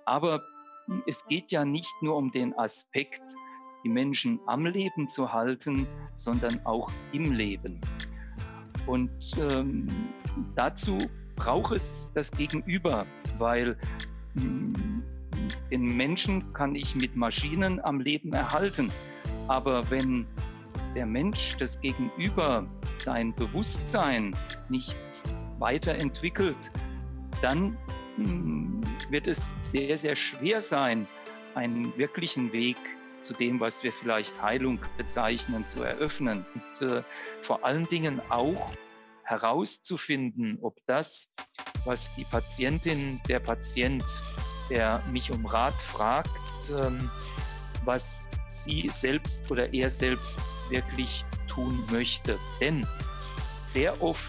Aber es geht ja nicht nur um den Aspekt, die Menschen am Leben zu halten, sondern auch im Leben. Und dazu braucht es das Gegenüber, weil den Menschen kann ich mit Maschinen am Leben erhalten. Aber wenn der Mensch, das Gegenüber, sein Bewusstsein nicht weiterentwickelt, dann wird es sehr, sehr schwer sein, einen wirklichen Weg zu dem, was wir vielleicht Heilung bezeichnen, zu eröffnen. Und vor allen Dingen auch herauszufinden, ob das, was die Patientin, der Patient, der mich um Rat fragt, was sie selbst oder er selbst wirklich tun möchte. Denn sehr oft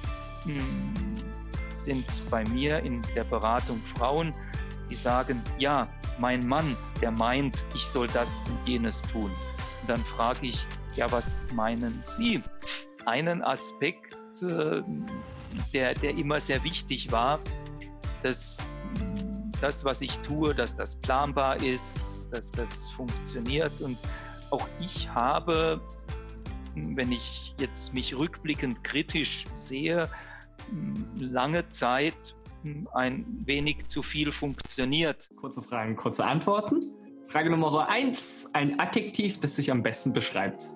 sind bei mir in der Beratung Frauen, die sagen, ja, mein Mann, der meint, ich soll das und jenes tun. Und dann frage ich, ja, was meinen Sie? Einen Aspekt, der immer sehr wichtig war, dass das, was ich tue, dass das planbar ist, dass das funktioniert. Und auch ich habe, wenn ich jetzt mich rückblickend kritisch sehe, lange Zeit ein wenig zu viel funktioniert. Kurze Fragen, kurze Antworten. Frage Nummer 1, ein Adjektiv, das sich am besten beschreibt.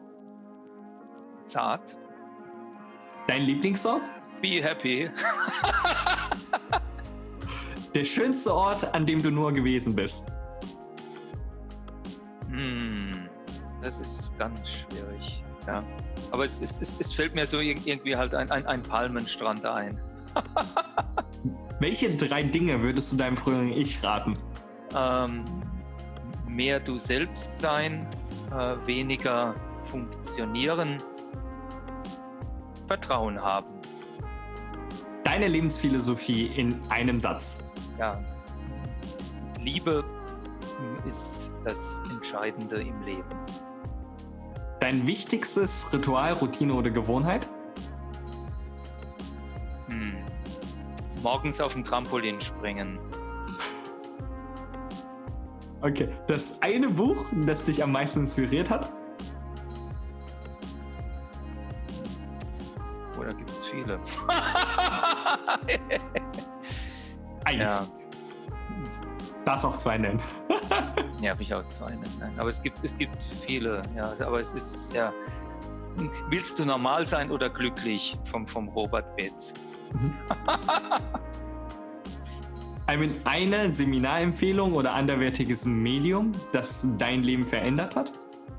Zart. Dein Lieblingsort? Be happy. Der schönste Ort, an dem du nur gewesen bist? Das ist ganz schwierig. Ja. Aber es fällt mir so irgendwie halt ein Palmenstrand ein. Welche 3 Dinge würdest du deinem früheren Ich raten? Mehr du selbst sein, weniger funktionieren, Vertrauen haben. Deine Lebensphilosophie in einem Satz. Ja, Liebe ist das Entscheidende im Leben. Dein wichtigstes Ritual, Routine oder Gewohnheit? Morgens auf dem Trampolin springen. Okay, das eine Buch, das dich am meisten inspiriert hat? Oder gibt es viele? Eins. Ja. Darfst auch 2 nennen. Ja, habe ich auch 2 nennen. Nein, aber es gibt viele. Ja, aber es ist ja. Willst du normal sein oder glücklich? Vom Robert Betz. Eine Seminarempfehlung oder anderwertiges Medium, das dein Leben verändert hat?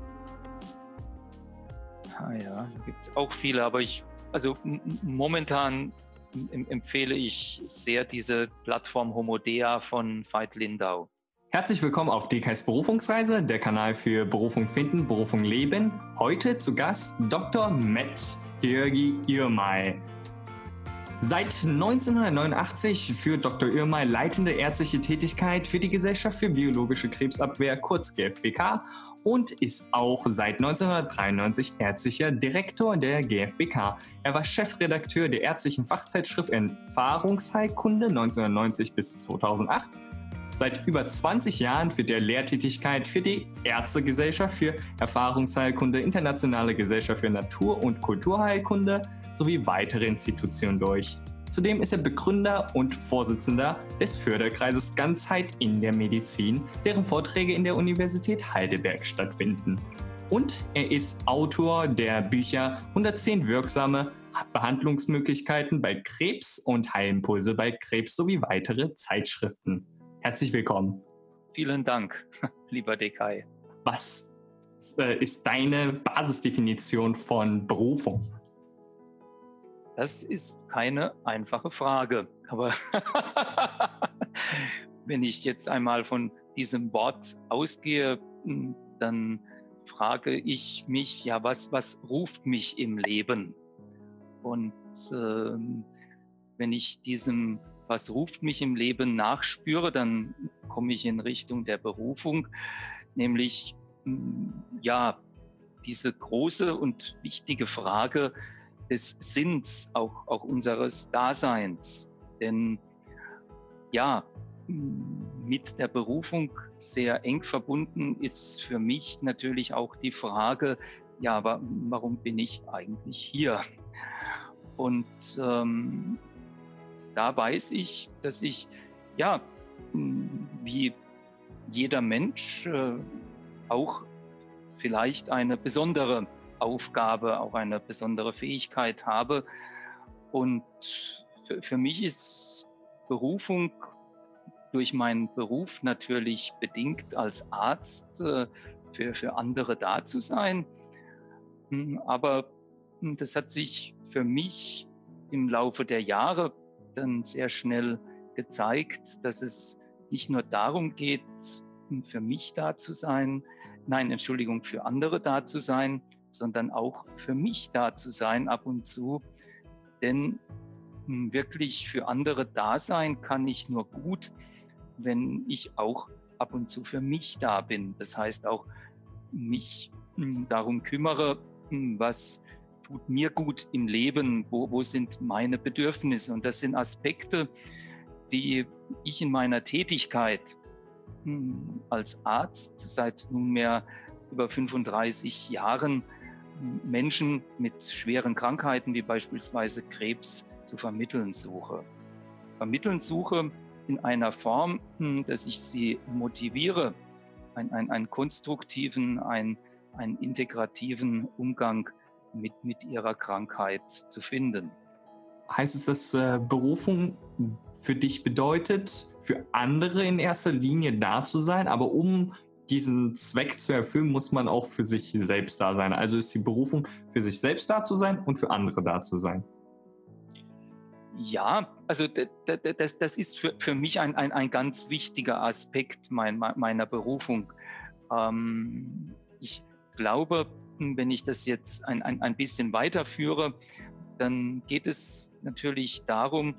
Ja, da gibt es auch viele, aber momentan empfehle ich sehr diese Plattform Homodea von Veit Lindau. Herzlich willkommen auf DKs Berufungsreise, der Kanal für Berufung finden, Berufung leben. Heute zu Gast Dr. Metz Georgi Yrmay. Seit 1989 führt Dr. Yrmay leitende ärztliche Tätigkeit für die Gesellschaft für biologische Krebsabwehr, kurz GfBK, und ist auch seit 1993 ärztlicher Direktor der GfBK. Er war Chefredakteur der ärztlichen Fachzeitschrift Erfahrungsheilkunde 1990 bis 2008. Seit über 20 Jahren führt er Lehrtätigkeit für die Ärztegesellschaft für Erfahrungsheilkunde, Internationale Gesellschaft für Natur- und Kulturheilkunde sowie weitere Institutionen durch. Zudem ist er Begründer und Vorsitzender des Förderkreises Ganzheit in der Medizin, deren Vorträge in der Universität Heidelberg stattfinden. Und er ist Autor der Bücher 110 wirksame Behandlungsmöglichkeiten bei Krebs und Heilimpulse bei Krebs sowie weitere Zeitschriften. Herzlich willkommen. Vielen Dank, lieber Dekai. Was ist deine Basisdefinition von Berufung? Das ist keine einfache Frage, aber wenn ich jetzt einmal von diesem Wort ausgehe, dann frage ich mich, ja, was ruft mich im Leben? Und wenn ich diesem was ruft mich im Leben nachspüre, dann komme ich in Richtung der Berufung, nämlich ja, diese große und wichtige Frage des Sinns, auch unseres Daseins. Denn ja, mit der Berufung sehr eng verbunden ist für mich natürlich auch die Frage, ja, aber warum bin ich eigentlich hier? Und da weiß ich, dass ich, ja, wie jeder Mensch auch vielleicht eine besondere Aufgabe, auch eine besondere Fähigkeit habe. Und für mich ist Berufung durch meinen Beruf natürlich bedingt als Arzt für andere da zu sein. Aber das hat sich für mich im Laufe der Jahre dann sehr schnell gezeigt, dass es nicht nur darum geht, für mich da zu sein, für andere da zu sein, sondern auch für mich da zu sein ab und zu. Denn wirklich für andere da sein kann ich nur gut, wenn ich auch ab und zu für mich da bin. Das heißt auch mich darum kümmere, was tut mir gut im Leben, wo sind meine Bedürfnisse. Und das sind Aspekte, die ich in meiner Tätigkeit als Arzt seit nunmehr über 35 Jahren Menschen mit schweren Krankheiten wie beispielsweise Krebs zu vermitteln suche. Vermitteln suche in einer Form, dass ich sie motiviere, einen konstruktiven, einen integrativen Umgang mit ihrer Krankheit zu finden. Heißt es, dass Berufung für dich bedeutet, für andere in erster Linie da zu sein, aber um diesen Zweck zu erfüllen, muss man auch für sich selbst da sein. Also ist die Berufung, für sich selbst da zu sein und für andere da zu sein? Ja, also das ist für mich ein ganz wichtiger Aspekt meiner Berufung. Ich glaube, wenn ich das jetzt ein bisschen weiterführe, dann geht es natürlich darum,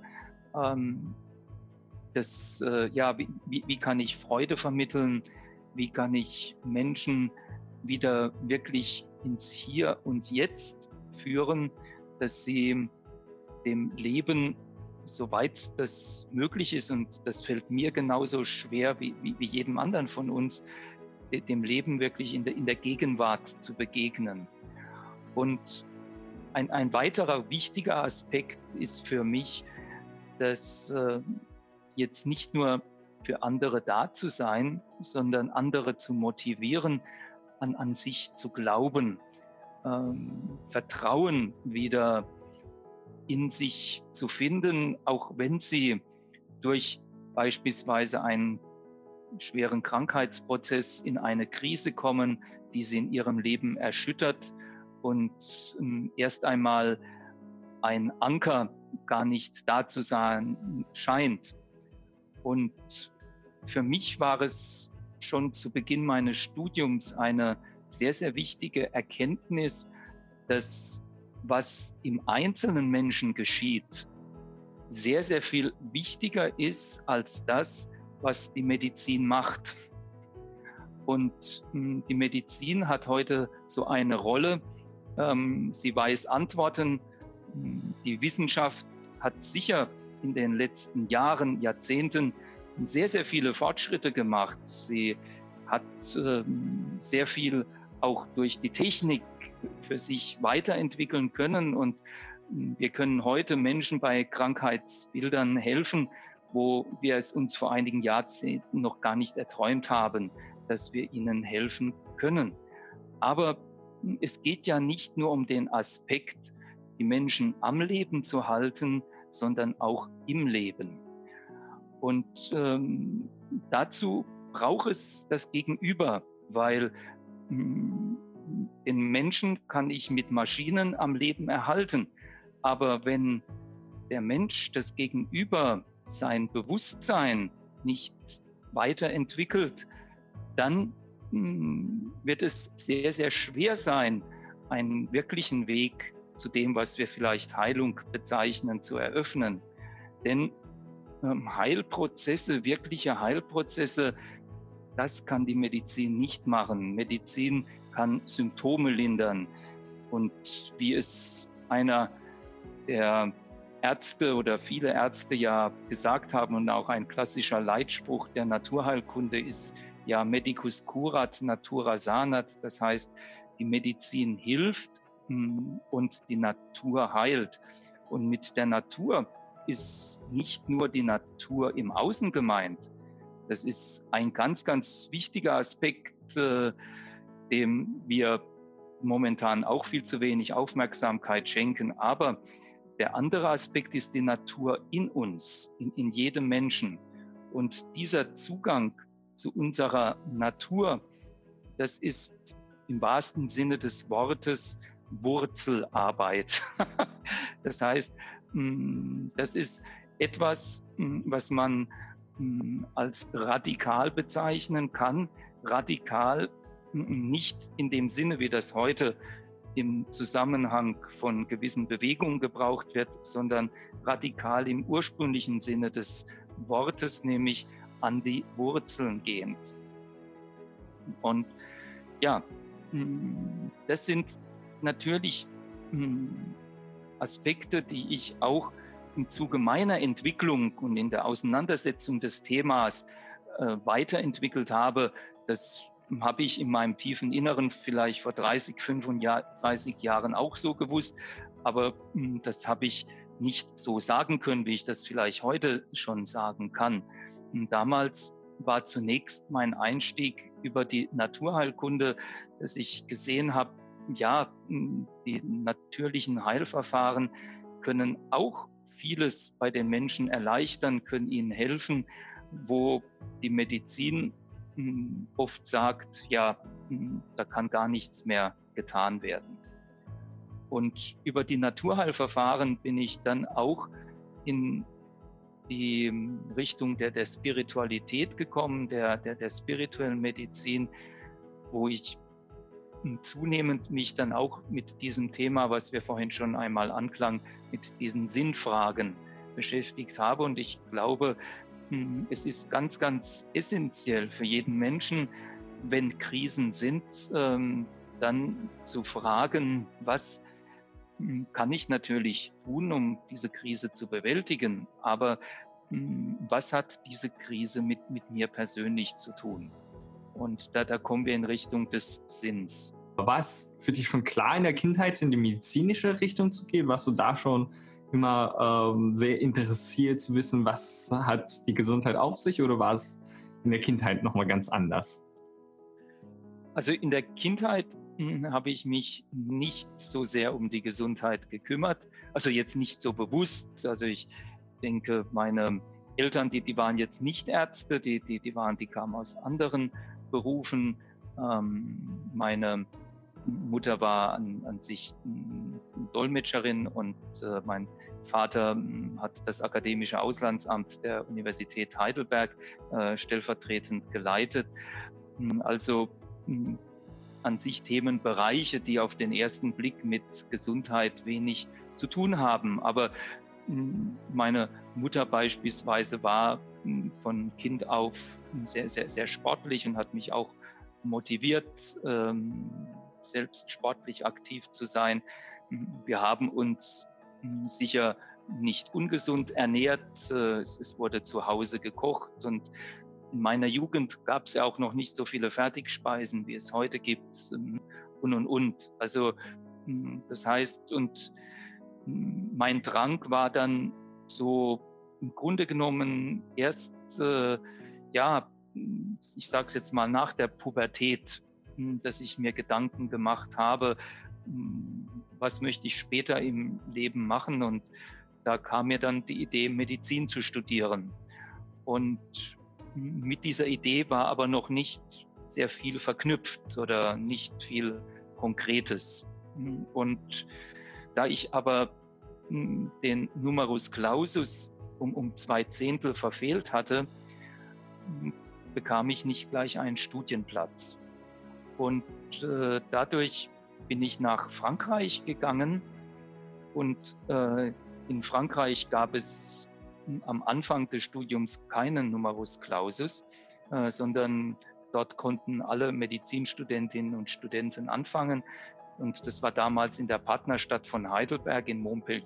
dass, wie kann ich Freude vermitteln, wie kann ich Menschen wieder wirklich ins Hier und Jetzt führen, dass sie dem Leben, soweit das möglich ist, und das fällt mir genauso schwer wie jedem anderen von uns, dem Leben wirklich in der Gegenwart zu begegnen. Und ein weiterer wichtiger Aspekt ist für mich, dass jetzt nicht nur für andere da zu sein, sondern andere zu motivieren, an sich zu glauben, Vertrauen wieder in sich zu finden, auch wenn sie durch beispielsweise einen schweren Krankheitsprozess in eine Krise kommen, die sie in ihrem Leben erschüttert und erst einmal ein Anker gar nicht da zu sein scheint. Und für mich war es schon zu Beginn meines Studiums eine sehr, sehr wichtige Erkenntnis, dass was im einzelnen Menschen geschieht, sehr, sehr viel wichtiger ist als das, was die Medizin macht. Und die Medizin hat heute so eine Rolle. Sie weiß Antworten. Die Wissenschaft hat sicher in den letzten Jahren, Jahrzehnten sehr, sehr viele Fortschritte gemacht. Sie hat sehr viel auch durch die Technik für sich weiterentwickeln können. Und wir können heute Menschen bei Krankheitsbildern helfen, wo wir es uns vor einigen Jahrzehnten noch gar nicht erträumt haben, dass wir ihnen helfen können. Aber es geht ja nicht nur um den Aspekt, die Menschen am Leben zu halten, sondern auch im Leben. Und dazu braucht es das Gegenüber, weil den Menschen kann ich mit Maschinen am Leben erhalten. Aber wenn der Mensch, das Gegenüber, sein Bewusstsein nicht weiterentwickelt, dann wird es sehr, sehr schwer sein, einen wirklichen Weg zu dem, was wir vielleicht Heilung bezeichnen, zu eröffnen. Denn Heilprozesse, wirkliche Heilprozesse, das kann die Medizin nicht machen. Medizin kann Symptome lindern. Und wie es einer der Ärzte oder viele Ärzte ja gesagt haben und auch ein klassischer Leitspruch der Naturheilkunde ist ja Medicus curat, natura sanat. Das heißt, die Medizin hilft und die Natur heilt. Und mit der Natur ist nicht nur die Natur im Außen gemeint. Das ist ein ganz, ganz wichtiger Aspekt, dem wir momentan auch viel zu wenig Aufmerksamkeit schenken. Aber der andere Aspekt ist die Natur in uns, in jedem Menschen. Und dieser Zugang zu unserer Natur, das ist im wahrsten Sinne des Wortes Wurzelarbeit. Das heißt, das ist etwas, was man als radikal bezeichnen kann. Radikal nicht in dem Sinne, wie das heute im Zusammenhang von gewissen Bewegungen gebraucht wird, sondern radikal im ursprünglichen Sinne des Wortes, nämlich an die Wurzeln gehend. Und ja, das sind natürlich Aspekte, die ich auch im Zuge meiner Entwicklung und in der Auseinandersetzung des Themas weiterentwickelt habe. Das habe ich in meinem tiefen Inneren vielleicht vor 30, 35 Jahren auch so gewusst, aber das habe ich nicht so sagen können, wie ich das vielleicht heute schon sagen kann. Und damals war zunächst mein Einstieg über die Naturheilkunde, dass ich gesehen habe, ja, die natürlichen Heilverfahren können auch vieles bei den Menschen erleichtern, können ihnen helfen, wo die Medizin oft sagt, ja, da kann gar nichts mehr getan werden. Und über die Naturheilverfahren bin ich dann auch in die Richtung der Spiritualität gekommen, der spirituellen Medizin, wo ich zunehmend mich dann auch mit diesem Thema, was wir vorhin schon einmal anklang, mit diesen Sinnfragen beschäftigt habe. Und ich glaube, es ist ganz, ganz essentiell für jeden Menschen, wenn Krisen sind, dann zu fragen, was kann ich natürlich tun, um diese Krise zu bewältigen, aber was hat diese Krise mit mir persönlich zu tun? Und da kommen wir in Richtung des Sinns. War es für dich schon klar, in der Kindheit in die medizinische Richtung zu gehen? Warst du da schon immer sehr interessiert zu wissen, was hat die Gesundheit auf sich, oder war es in der Kindheit nochmal ganz anders? Also in der Kindheit habe ich mich nicht so sehr um die Gesundheit gekümmert, also jetzt nicht so bewusst. Also ich denke, meine Eltern, die waren jetzt nicht Ärzte, die kamen aus anderen Berufen. Meine Mutter war an sich Dolmetscherin und mein Vater hat das akademische Auslandsamt der Universität Heidelberg stellvertretend geleitet. Also an sich Themenbereiche, die auf den ersten Blick mit Gesundheit wenig zu tun haben. Aber meine Mutter beispielsweise war von Kind auf sehr, sehr, sehr sportlich und hat mich auch motiviert, selbst sportlich aktiv zu sein. Wir haben uns sicher nicht ungesund ernährt. Es wurde zu Hause gekocht und in meiner Jugend gab es ja auch noch nicht so viele Fertigspeisen, wie es heute gibt und. Also das heißt, und mein Drang war dann so im Grunde genommen erst, ja, ich sage es jetzt mal nach der Pubertät, dass ich mir Gedanken gemacht habe, was möchte ich später im Leben machen, und da kam mir dann die Idee, Medizin zu studieren. Und mit dieser Idee war aber noch nicht sehr viel verknüpft oder nicht viel Konkretes. Und da ich aber den Numerus Clausus um 2/10 verfehlt hatte, bekam ich nicht gleich einen Studienplatz. Und dadurch bin ich nach Frankreich gegangen und in Frankreich gab es am Anfang des Studiums keinen Numerus Clausus, sondern dort konnten alle Medizinstudentinnen und Studenten anfangen. Und das war damals in der Partnerstadt von Heidelberg in Montpellier.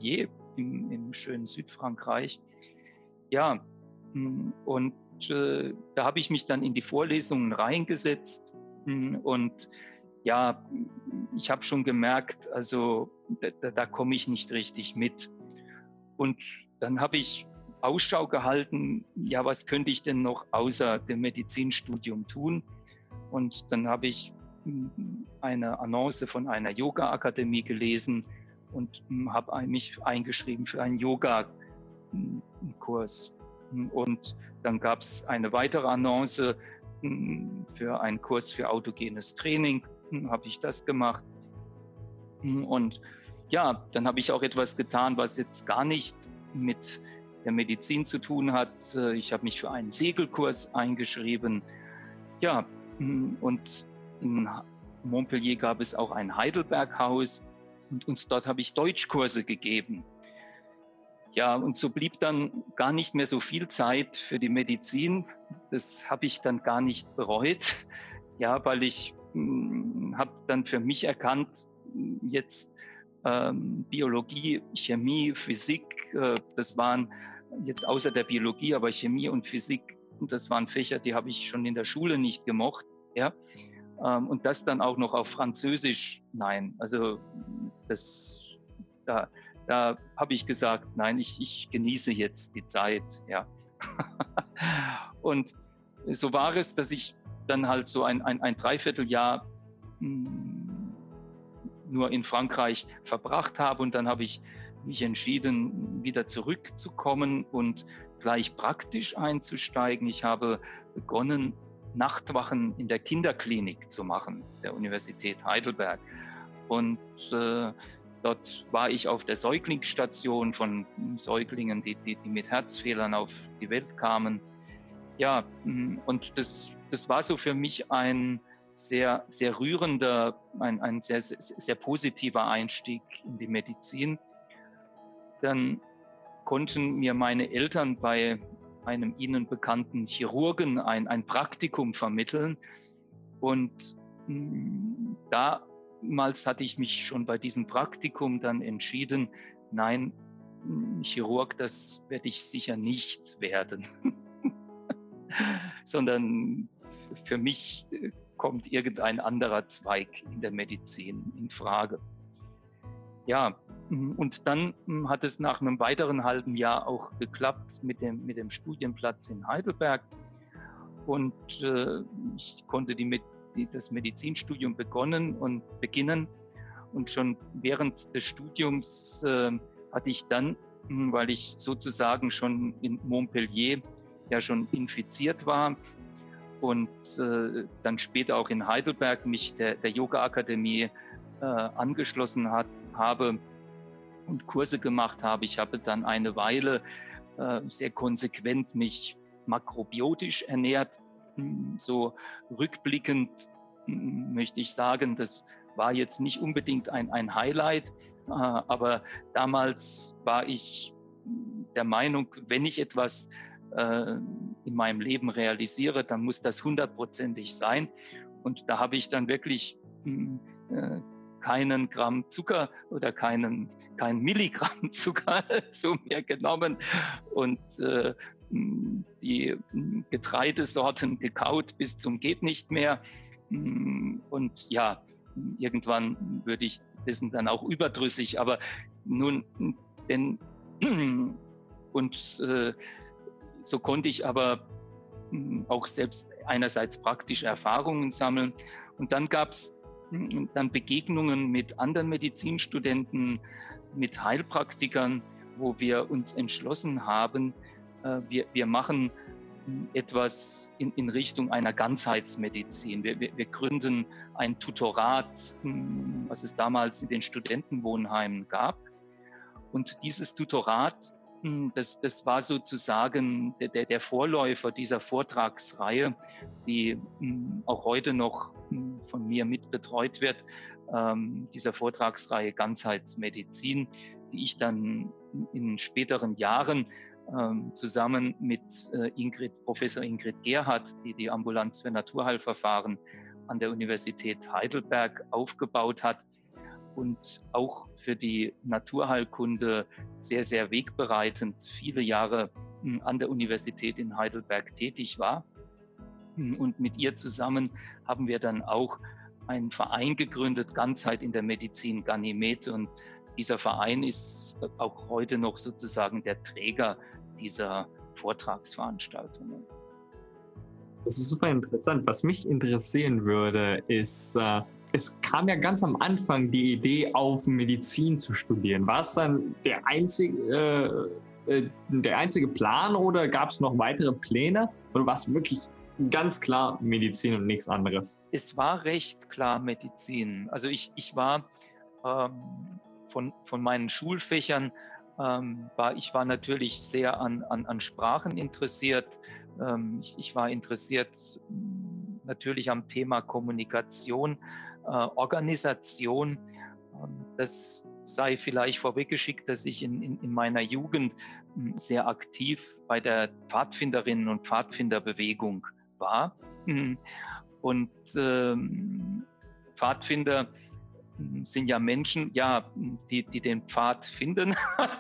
im schönen Südfrankreich. Ja, und da habe ich mich dann in die Vorlesungen reingesetzt und ja, ich habe schon gemerkt, also da komme ich nicht richtig mit. Und dann habe ich Ausschau gehalten, ja, was könnte ich denn noch außer dem Medizinstudium tun? Und dann habe ich eine Annonce von einer Yoga-Akademie gelesen und habe mich eingeschrieben für einen Yoga-Kurs. Und dann gab es eine weitere Annonce für einen Kurs für autogenes Training, habe ich das gemacht. Und ja, dann habe ich auch etwas getan, was jetzt gar nicht mit der Medizin zu tun hat. Ich habe mich für einen Segelkurs eingeschrieben. Ja, und in Montpellier gab es auch ein Heidelberghaus und dort habe ich Deutschkurse gegeben. Ja, und so blieb dann gar nicht mehr so viel Zeit für die Medizin. Das habe ich dann gar nicht bereut, ja, weil ich habe dann für mich erkannt, jetzt Biologie, Chemie, Physik, das waren jetzt außer der Biologie, aber Chemie und Physik, das waren Fächer, die habe ich schon in der Schule nicht gemocht, ja. Und das dann auch noch auf Französisch, nein, also da habe ich gesagt, nein, ich genieße jetzt die Zeit, ja. Und so war es, dass ich dann halt so ein Dreivierteljahr nur in Frankreich verbracht habe und dann habe ich mich entschieden, wieder zurückzukommen und gleich praktisch einzusteigen. Ich habe begonnen, Nachtwachen in der Kinderklinik zu machen, der Universität Heidelberg. Und dort war ich auf der Säuglingsstation von Säuglingen, die mit Herzfehlern auf die Welt kamen. Ja, und das war so für mich ein sehr, sehr rührender, ein sehr, sehr positiver Einstieg in die Medizin. Dann konnten mir meine Eltern bei einem ihnen bekannten Chirurgen ein Praktikum vermitteln. Und damals hatte ich mich schon bei diesem Praktikum dann entschieden, nein, Chirurg, das werde ich sicher nicht werden, sondern für mich kommt irgendein anderer Zweig in der Medizin in Frage. Ja, und dann hat es nach einem weiteren halben Jahr auch geklappt mit dem Studienplatz in Heidelberg. Und ich konnte das Medizinstudium beginnen. Und schon während des Studiums hatte ich dann, weil ich sozusagen schon in Montpellier ja schon infiziert war und dann später auch in Heidelberg mich der Yoga-Akademie angeschlossen habe und Kurse gemacht habe. Ich habe dann eine Weile sehr konsequent mich makrobiotisch ernährt. So rückblickend möchte ich sagen, das war jetzt nicht unbedingt ein Highlight, aber damals war ich der Meinung, wenn ich etwas in meinem Leben realisiere, dann muss das 100%ig sein. Und da habe ich dann wirklich keinen Gramm Zucker oder kein Milligramm Zucker zu mir genommen und die Getreidesorten gekaut bis zum geht nicht mehr. Und ja, irgendwann würde ich dessen dann auch überdrüssig, aber nun, so konnte ich aber auch selbst einerseits praktische Erfahrungen sammeln. Und dann gab es dann Begegnungen mit anderen Medizinstudenten, mit Heilpraktikern, wo wir uns entschlossen haben, wir machen etwas in Richtung einer Ganzheitsmedizin. Wir gründen ein Tutorat, was es damals in den Studentenwohnheimen gab. Und dieses Tutorat, das war sozusagen der Vorläufer dieser Vortragsreihe, die auch heute noch von mir mit betreut wird, dieser Vortragsreihe Ganzheitsmedizin, die ich dann in späteren Jahren zusammen mit Professor Ingrid Gerhardt, die die Ambulanz für Naturheilverfahren an der Universität Heidelberg aufgebaut hat. und auch für die Naturheilkunde sehr, sehr wegbereitend viele Jahre an der Universität in Heidelberg tätig war. Und mit ihr zusammen haben wir dann auch einen Verein gegründet, Ganzheit in der Medizin, Ganymed. Und dieser Verein ist auch heute noch sozusagen der Träger dieser Vortragsveranstaltungen. Das ist super interessant. Was mich interessieren würde, ist, es kam ja ganz am Anfang die Idee auf, Medizin zu studieren. War es dann der einzige Plan oder gab es noch weitere Pläne? Oder war es wirklich ganz klar Medizin und nichts anderes? Es war recht klar Medizin. Also ich war von meinen Schulfächern, ich war natürlich sehr an Sprachen interessiert. Ich war interessiert natürlich am Thema Kommunikation, Organisation. Das sei vielleicht vorweggeschickt, dass ich in meiner Jugend sehr aktiv bei der Pfadfinderinnen- und Pfadfinderbewegung war. Und Pfadfinder sind ja Menschen, ja, die den Pfad finden,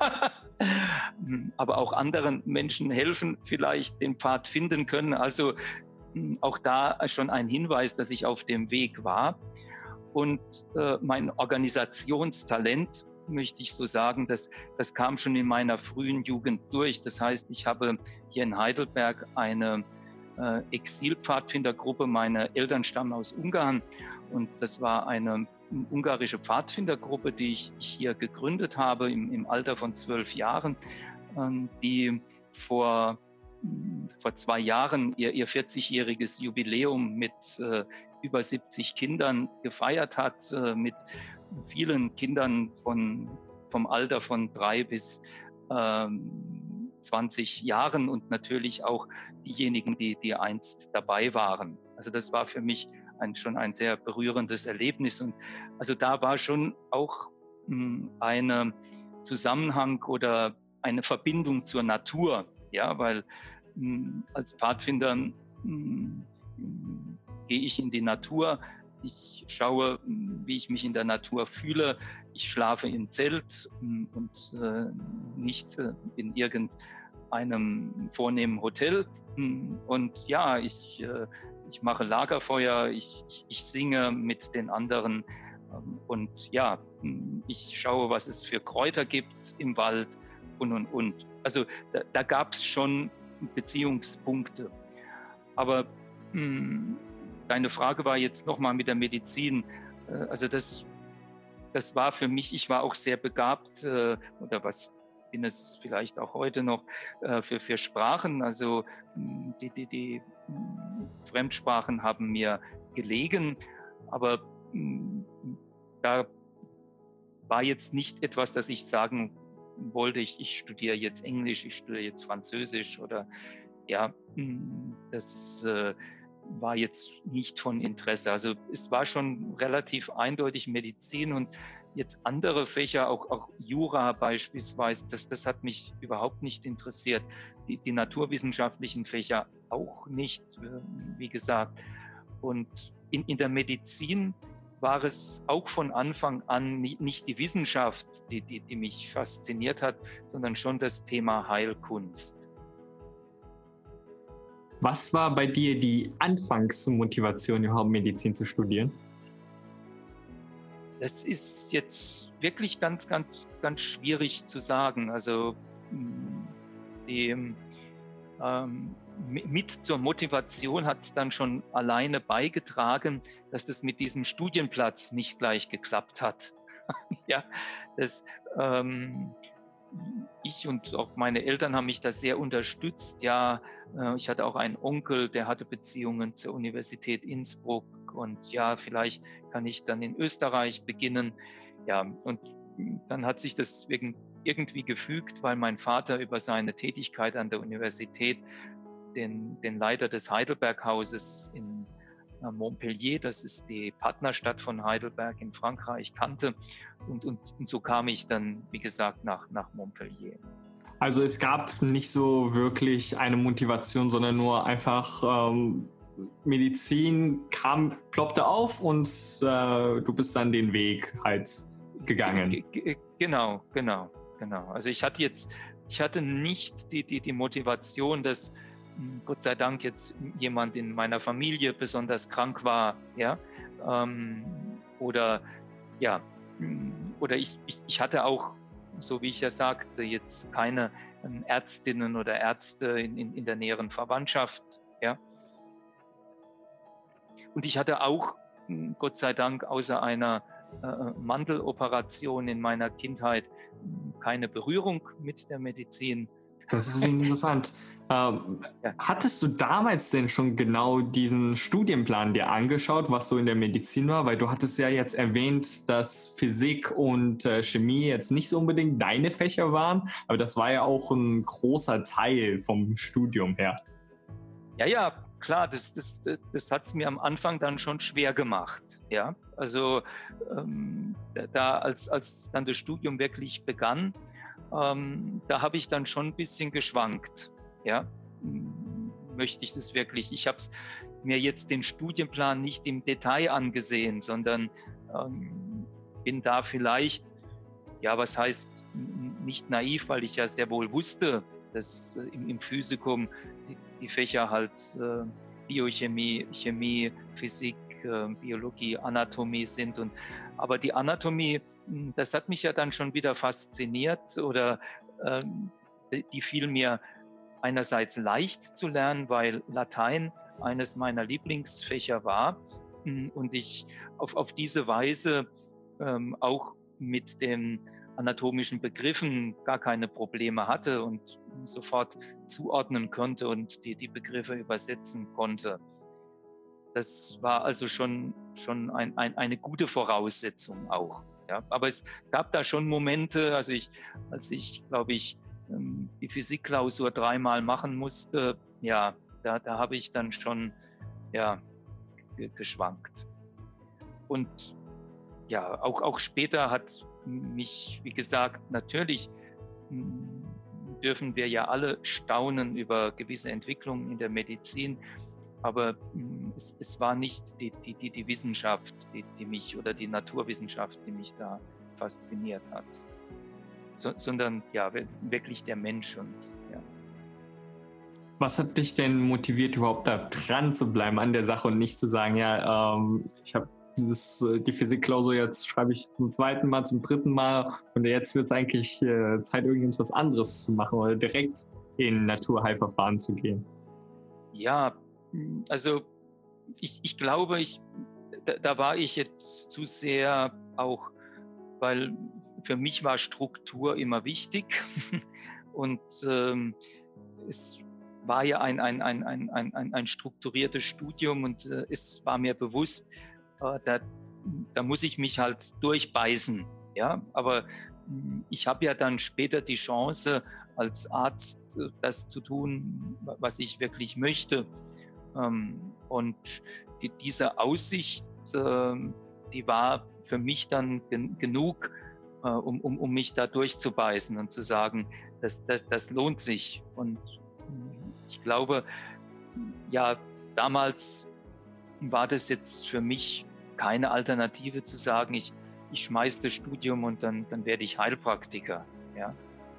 aber auch anderen Menschen helfen, vielleicht den Pfad finden können. Also auch da schon ein Hinweis, dass ich auf dem Weg war. Und mein Organisationstalent, möchte ich so sagen, das kam schon in meiner frühen Jugend durch. Das heißt, ich habe hier in Heidelberg eine Exilpfadfindergruppe. Meine Eltern stammen aus Ungarn und das war eine ungarische Pfadfindergruppe, die ich hier gegründet habe im Alter von 12 Jahren, die vor 2 Jahren ihr 40-jähriges Jubiläum mit über 70 Kindern gefeiert hat, mit vielen Kindern vom Alter von 3 bis 20 Jahren und natürlich auch diejenigen, die einst dabei waren. Also das war für mich schon ein sehr berührendes Erlebnis. Und also da war schon auch ein Zusammenhang oder eine Verbindung zur Natur, ja, weil als Pfadfinder gehe ich in die Natur, ich schaue, wie ich mich in der Natur fühle, ich schlafe im Zelt und nicht in irgendeinem vornehmen Hotel. Und ja, ich mache Lagerfeuer, ich singe mit den anderen und ja, ich schaue, was es für Kräuter gibt im Wald und. Also da gab es schon Beziehungspunkte. Aber deine Frage war jetzt nochmal mit der Medizin. Also das war für mich, ich war auch sehr begabt, oder was bin es vielleicht auch heute noch, für Sprachen. Also die Fremdsprachen haben mir gelegen, aber da war jetzt nicht etwas, dass ich sagen wollte, ich studiere jetzt Englisch, ich studiere jetzt Französisch oder ja, das war jetzt nicht von Interesse. Also es war schon relativ eindeutig Medizin und jetzt andere Fächer, auch Jura beispielsweise, das hat mich überhaupt nicht interessiert. Die naturwissenschaftlichen Fächer auch nicht, wie gesagt. Und in der Medizin war es auch von Anfang an nicht die Wissenschaft, die mich fasziniert hat, sondern schon das Thema Heilkunst. Was war bei dir die Anfangsmotivation, überhaupt Medizin zu studieren? Das ist jetzt wirklich ganz, ganz, ganz schwierig zu sagen. Also mit zur Motivation hat dann schon alleine beigetragen, dass das mit diesem Studienplatz nicht gleich geklappt hat. Ja, ich und auch meine Eltern haben mich da sehr unterstützt. Ja, ich hatte auch einen Onkel, der hatte Beziehungen zur Universität Innsbruck und ja, vielleicht kann ich dann in Österreich beginnen. Ja, und dann hat sich das irgendwie gefügt, weil mein Vater über seine Tätigkeit an der Universität den Leiter des Heidelberghauses in Montpellier, das ist die Partnerstadt von Heidelberg in Frankreich, kannte. Und so kam ich dann, wie gesagt, nach Montpellier. Also es gab nicht so wirklich eine Motivation, sondern nur einfach Medizin ploppte auf und du bist dann den Weg halt gegangen. Genau. Also ich hatte nicht die Motivation, dass Gott sei Dank jetzt jemand in meiner Familie besonders krank war, ja, oder ja, oder ich hatte auch, so wie ich ja sagte, jetzt keine Ärztinnen oder Ärzte in der näheren Verwandtschaft, ja. Und ich hatte auch, Gott sei Dank, außer einer Mandeloperation in meiner Kindheit keine Berührung mit der Medizin. Das ist interessant. Ja. Hattest du damals denn schon genau diesen Studienplan dir angeschaut, was so in der Medizin war? Weil du hattest ja jetzt erwähnt, dass Physik und Chemie jetzt nicht so unbedingt deine Fächer waren, aber das war ja auch ein großer Teil vom Studium her. Ja, klar, das hat es mir am Anfang dann schon schwer gemacht. Ja, also als dann das Studium wirklich begann, da habe ich dann schon ein bisschen geschwankt. Ja, möchte ich das wirklich? Ich habe mir jetzt den Studienplan nicht im Detail angesehen, sondern bin da vielleicht, ja, was heißt nicht naiv, weil ich ja sehr wohl wusste, dass im Physikum die Fächer halt Biochemie, Chemie, Physik, Biologie, Anatomie sind. Aber die Anatomie, das hat mich ja dann schon wieder fasziniert oder die fiel mir einerseits leicht zu lernen, weil Latein eines meiner Lieblingsfächer war und ich auf diese Weise auch mit den anatomischen Begriffen gar keine Probleme hatte und sofort zuordnen konnte und die Begriffe übersetzen konnte. Das war also schon eine gute Voraussetzung auch. Ja. Aber es gab da schon Momente, als ich glaube ich, die Physikklausur 3-mal machen musste, ja, da habe ich dann schon geschwankt. Und ja, auch später hat mich, wie gesagt, natürlich dürfen wir ja alle staunen über gewisse Entwicklungen in der Medizin, aber es war nicht die Wissenschaft, die mich oder die Naturwissenschaft, die mich da fasziniert hat, sondern ja, wirklich der Mensch. Und ja. Was hat dich denn motiviert, überhaupt da dran zu bleiben an der Sache und nicht zu sagen, ja, ich habe die Physikklausur, jetzt schreibe ich zum 2. Mal, zum 3. Mal und jetzt wird es eigentlich Zeit, irgendetwas anderes zu machen oder direkt in Naturheilverfahren zu gehen? Ja, also ich glaube, da war ich jetzt zu sehr auch, weil für mich war Struktur immer wichtig und es war ja ein strukturiertes Studium und es war mir bewusst, da muss ich mich halt durchbeißen. Ja? Aber ich habe ja dann später die Chance, als Arzt das zu tun, was ich wirklich möchte. Und diese Aussicht, die war für mich dann genug, um mich da durchzubeißen und zu sagen, das lohnt sich. Und ich glaube, ja, damals war das jetzt für mich keine Alternative zu sagen, ich schmeiße das Studium und dann werde ich Heilpraktiker. Ja.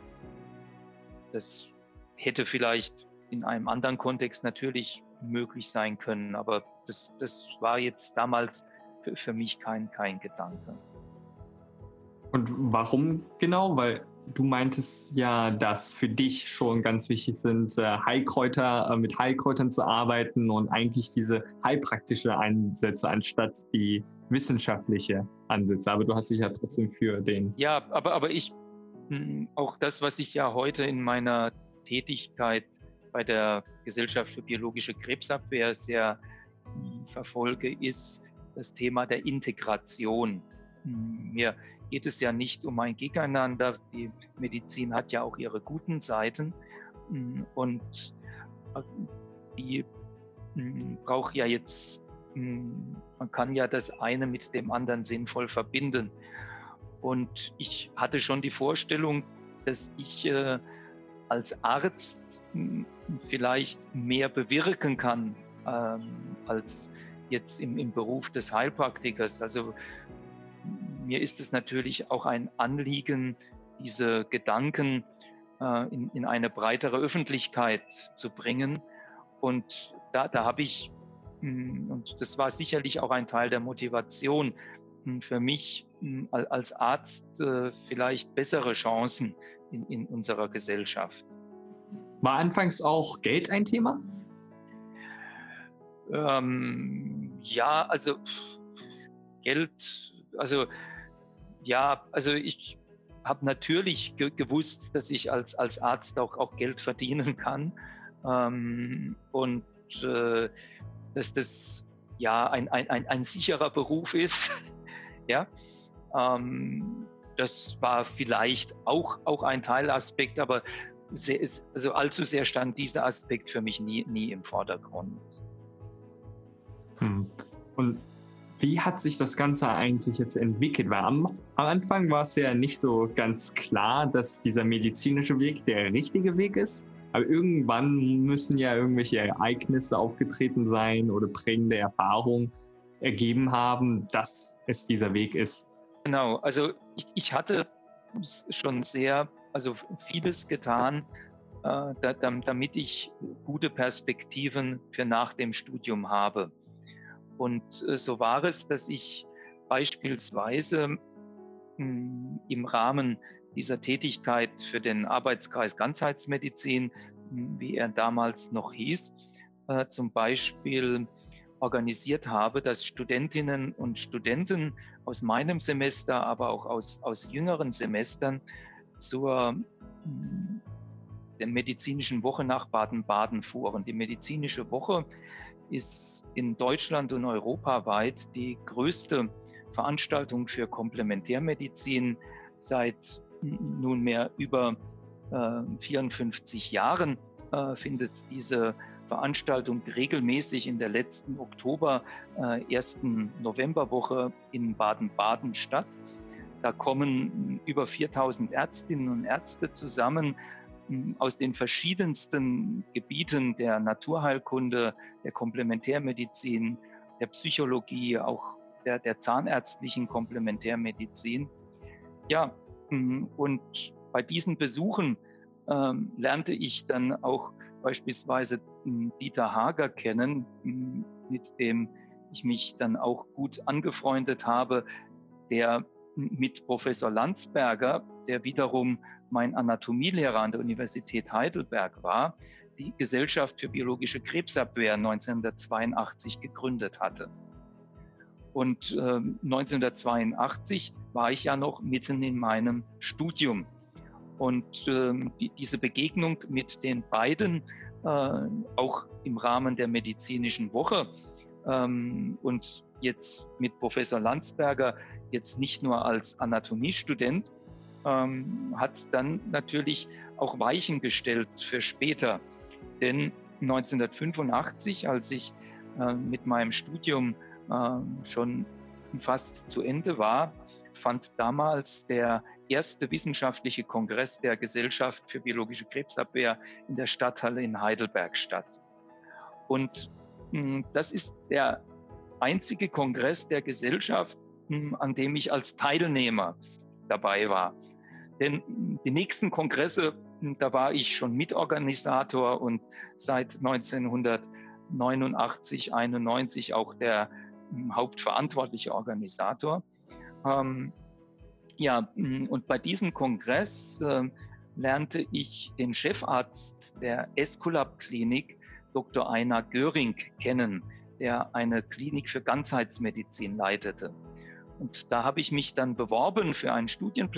Das hätte vielleicht in einem anderen Kontext natürlich möglich sein können, aber das war jetzt damals für mich kein Gedanke. Und warum genau? Weil du meintest ja, dass für dich schon ganz wichtig sind, Heilkräuter, mit Heilkräutern zu arbeiten und eigentlich diese heilpraktische Ansätze anstatt die wissenschaftliche Ansätze. Aber du hast dich ja trotzdem für den... Ja, aber ich, auch das, was ich ja heute in meiner Tätigkeit bei der Gesellschaft für biologische Krebsabwehr sehr verfolge, ist das Thema der Integration. Mir geht es ja nicht um ein Gegeneinander. Die Medizin hat ja auch ihre guten Seiten und die braucht ja jetzt, man kann ja das eine mit dem anderen sinnvoll verbinden. Und ich hatte schon die Vorstellung, dass ich als Arzt vielleicht mehr bewirken kann als jetzt im Beruf des Heilpraktikers. Also mir ist es natürlich auch ein Anliegen, diese Gedanken in eine breitere Öffentlichkeit zu bringen. Und da habe ich, und das war sicherlich auch ein Teil der Motivation, für mich als Arzt vielleicht bessere Chancen in unserer Gesellschaft. War anfangs auch Geld ein Thema? Ja, also Geld, also ja, also ich habe natürlich gewusst, dass ich als Arzt auch Geld verdienen kann, und dass das ja ein sicherer Beruf ist. Ja, das war vielleicht auch ein Teilaspekt, aber also allzu sehr stand dieser Aspekt für mich nie im Vordergrund. Und wie hat sich das Ganze eigentlich jetzt entwickelt? Weil am Anfang war es ja nicht so ganz klar, dass dieser medizinische Weg der richtige Weg ist. Aber irgendwann müssen ja irgendwelche Ereignisse aufgetreten sein oder prägende Erfahrungen ergeben haben, dass es dieser Weg ist. Genau, also ich hatte schon also vieles getan, damit ich gute Perspektiven für nach dem Studium habe. Und so war es, dass ich beispielsweise im Rahmen dieser Tätigkeit für den Arbeitskreis Ganzheitsmedizin, wie er damals noch hieß, zum Beispiel organisiert habe, dass Studentinnen und Studenten aus meinem Semester, aber auch aus jüngeren Semestern der medizinischen Woche nach Baden-Baden fuhren. Die medizinische Woche ist in Deutschland und europaweit die größte Veranstaltung für Komplementärmedizin seit nunmehr über 54 Jahren. Findet diese Veranstaltung regelmäßig in der letzten ersten Novemberwoche in Baden-Baden statt. Da kommen über 4000 Ärztinnen und Ärzte zusammen aus den verschiedensten Gebieten der Naturheilkunde, der Komplementärmedizin, der Psychologie, auch der zahnärztlichen Komplementärmedizin. Ja, und bei diesen Besuchen lernte ich dann auch beispielsweise Dieter Hager kennen, mit dem ich mich dann auch gut angefreundet habe, der mit Professor Landsberger, der wiederum mein Anatomielehrer an der Universität Heidelberg war, die Gesellschaft für biologische Krebsabwehr 1982 gegründet hatte. Und 1982 war ich ja noch mitten in meinem Studium. Und diese Begegnung mit den beiden, auch im Rahmen der medizinischen Woche, und jetzt mit Professor Landsberger, jetzt nicht nur als Anatomiestudent, hat dann natürlich auch Weichen gestellt für später. Denn 1985, als ich mit meinem Studium schon fast zu Ende war, fand damals der erste wissenschaftliche Kongress der Gesellschaft für biologische Krebsabwehr in der Stadthalle in Heidelberg statt. Und das ist der einzige Kongress der Gesellschaft, an dem ich als Teilnehmer dabei war. Denn die nächsten Kongresse, da war ich schon Mitorganisator und seit 1989, 91 auch der hauptverantwortliche Organisator. Ja, und bei diesem Kongress lernte ich den Chefarzt der Esculap-Klinik, Dr. Einar Göring, kennen, der eine Klinik für Ganzheitsmedizin leitete. Und da habe ich mich dann beworben für einen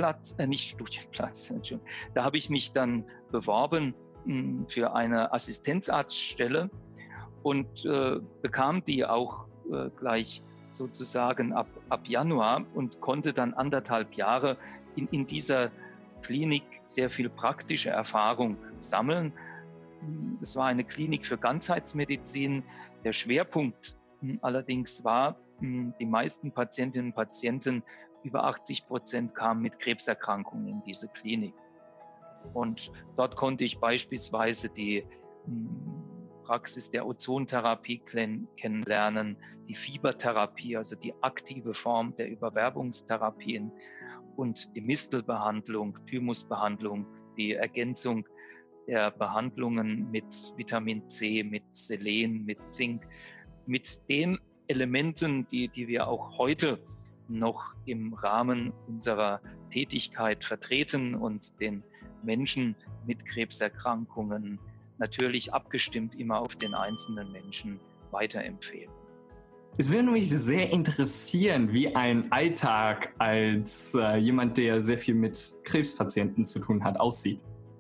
da habe ich mich dann beworben für eine Assistenzarztstelle und bekam die auch gleich sozusagen ab Januar und konnte dann 1,5 Jahre in dieser Klinik sehr viel praktische Erfahrung sammeln. Es war eine Klinik für Ganzheitsmedizin. Der Schwerpunkt allerdings war, die meisten Patientinnen und Patienten, über 80% kamen mit Krebserkrankungen in diese Klinik. Und dort konnte ich beispielsweise die Praxis der Ozontherapie kennenlernen, die Fiebertherapie, also die aktive Form der Überwerbungstherapien und die Mistelbehandlung, Thymusbehandlung, die Ergänzung der Behandlungen mit Vitamin C, mit Selen, mit Zink, mit den Elementen, die wir auch heute noch im Rahmen unserer Tätigkeit vertreten und den Menschen mit Krebserkrankungen natürlich abgestimmt immer auf den einzelnen Menschen weiterempfehlen. Es würde mich sehr interessieren, wie ein Alltag als jemand, der sehr viel mit Krebspatienten zu tun hat, aussieht.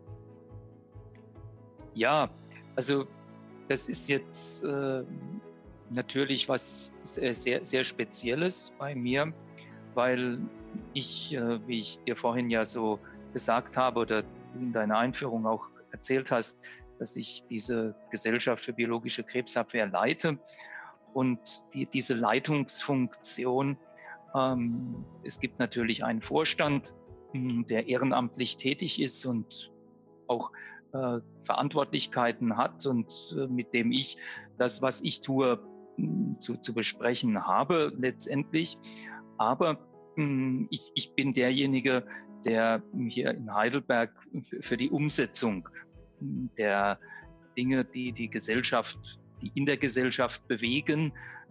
Ja, also das ist jetzt natürlich was sehr, sehr Spezielles bei mir, weil ich, wie ich dir vorhin ja so gesagt habe oder du in deiner Einführung auch erzählt hast, dass ich diese Gesellschaft für biologische Krebsabwehr leite. Und diese Leitungsfunktion, es gibt natürlich einen Vorstand, der ehrenamtlich tätig ist und auch Verantwortlichkeiten hat und mit dem ich das, was ich tue, zu besprechen habe letztendlich. Aber ich bin derjenige, der hier in Heidelberg für die Umsetzung der Dinge, die in der Gesellschaft bewegen.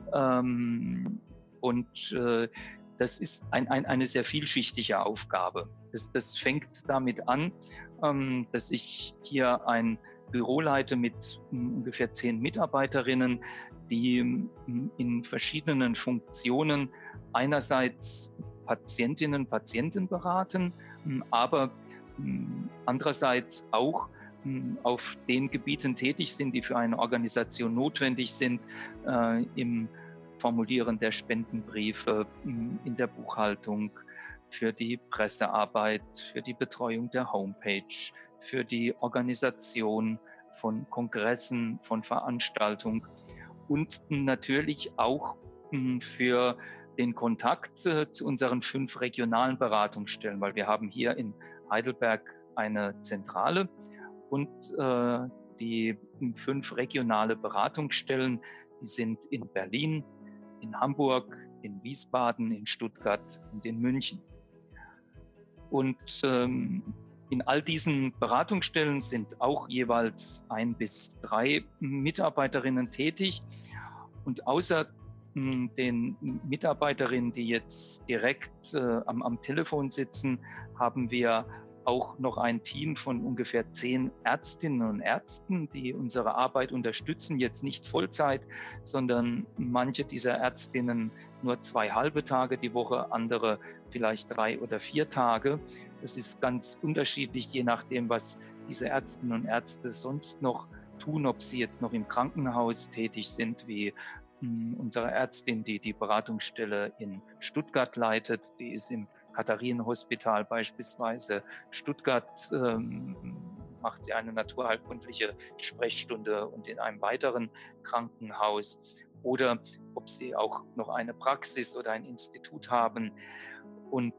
Das ist eine sehr vielschichtige Aufgabe. Das fängt damit an, dass ich hier ein Büro leite mit ungefähr 10 Mitarbeiterinnen, die in verschiedenen Funktionen einerseits Patientinnen, Patienten beraten, aber andererseits auch auf den Gebieten tätig sind, die für eine Organisation notwendig sind, im Formulieren der Spendenbriefe, in der Buchhaltung, für die Pressearbeit, für die Betreuung der Homepage, für die Organisation von Kongressen, von Veranstaltungen und natürlich auch für den Kontakt zu unseren 5 regionalen Beratungsstellen, weil wir haben hier in Heidelberg eine Zentrale und die 5 regionale Beratungsstellen, die sind in Berlin, in Hamburg, in Wiesbaden, in Stuttgart und in München. Und in all diesen Beratungsstellen sind auch jeweils 1 bis 3 Mitarbeiterinnen tätig. Und außer den Mitarbeiterinnen, die jetzt direkt am Telefon sitzen, haben wir auch noch ein Team von ungefähr 10 Ärztinnen und Ärzten, die unsere Arbeit unterstützen, jetzt nicht Vollzeit, sondern manche dieser Ärztinnen nur 2 halbe Tage die Woche, andere vielleicht 3 oder 4 Tage. Das ist ganz unterschiedlich, je nachdem, was diese Ärztinnen und Ärzte sonst noch tun, ob sie jetzt noch im Krankenhaus tätig sind, wie unsere Ärztin, die die Beratungsstelle in Stuttgart leitet, die ist im Katharinenhospital beispielsweise Stuttgart, macht sie eine naturheilkundliche Sprechstunde und in einem weiteren Krankenhaus, oder ob sie auch noch eine Praxis oder ein Institut haben und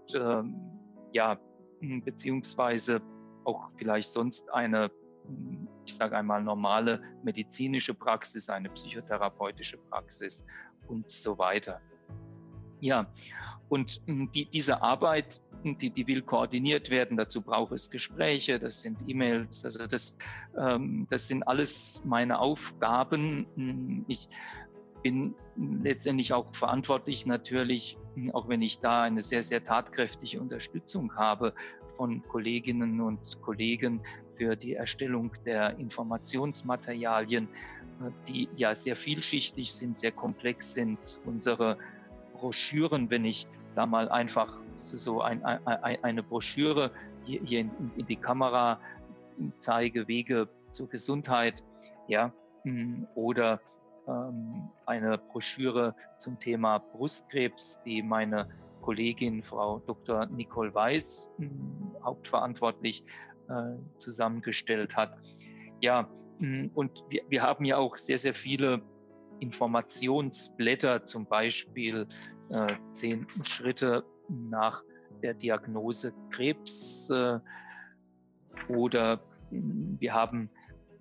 beziehungsweise auch vielleicht sonst eine, ich sage einmal, normale medizinische Praxis, eine psychotherapeutische Praxis und so weiter. Ja, und diese Arbeit, die will koordiniert werden. Dazu braucht es Gespräche, das sind E-Mails, also das sind alles meine Aufgaben. Ich bin letztendlich auch verantwortlich natürlich, auch wenn ich da eine sehr, sehr tatkräftige Unterstützung habe von Kolleginnen und Kollegen für die Erstellung der Informationsmaterialien, die ja sehr vielschichtig sind, sehr komplex sind. Unsere Broschüren, wenn ich da mal einfach so eine Broschüre hier in die Kamera zeige, Wege zur Gesundheit, ja, oder eine Broschüre zum Thema Brustkrebs, die meine Kollegin Frau Dr. Nicole Weiß hauptverantwortlich zusammengestellt hat. Ja, und wir haben ja auch sehr, sehr viele Informationsblätter, zum Beispiel 10 Schritte nach der Diagnose Krebs, oder wir haben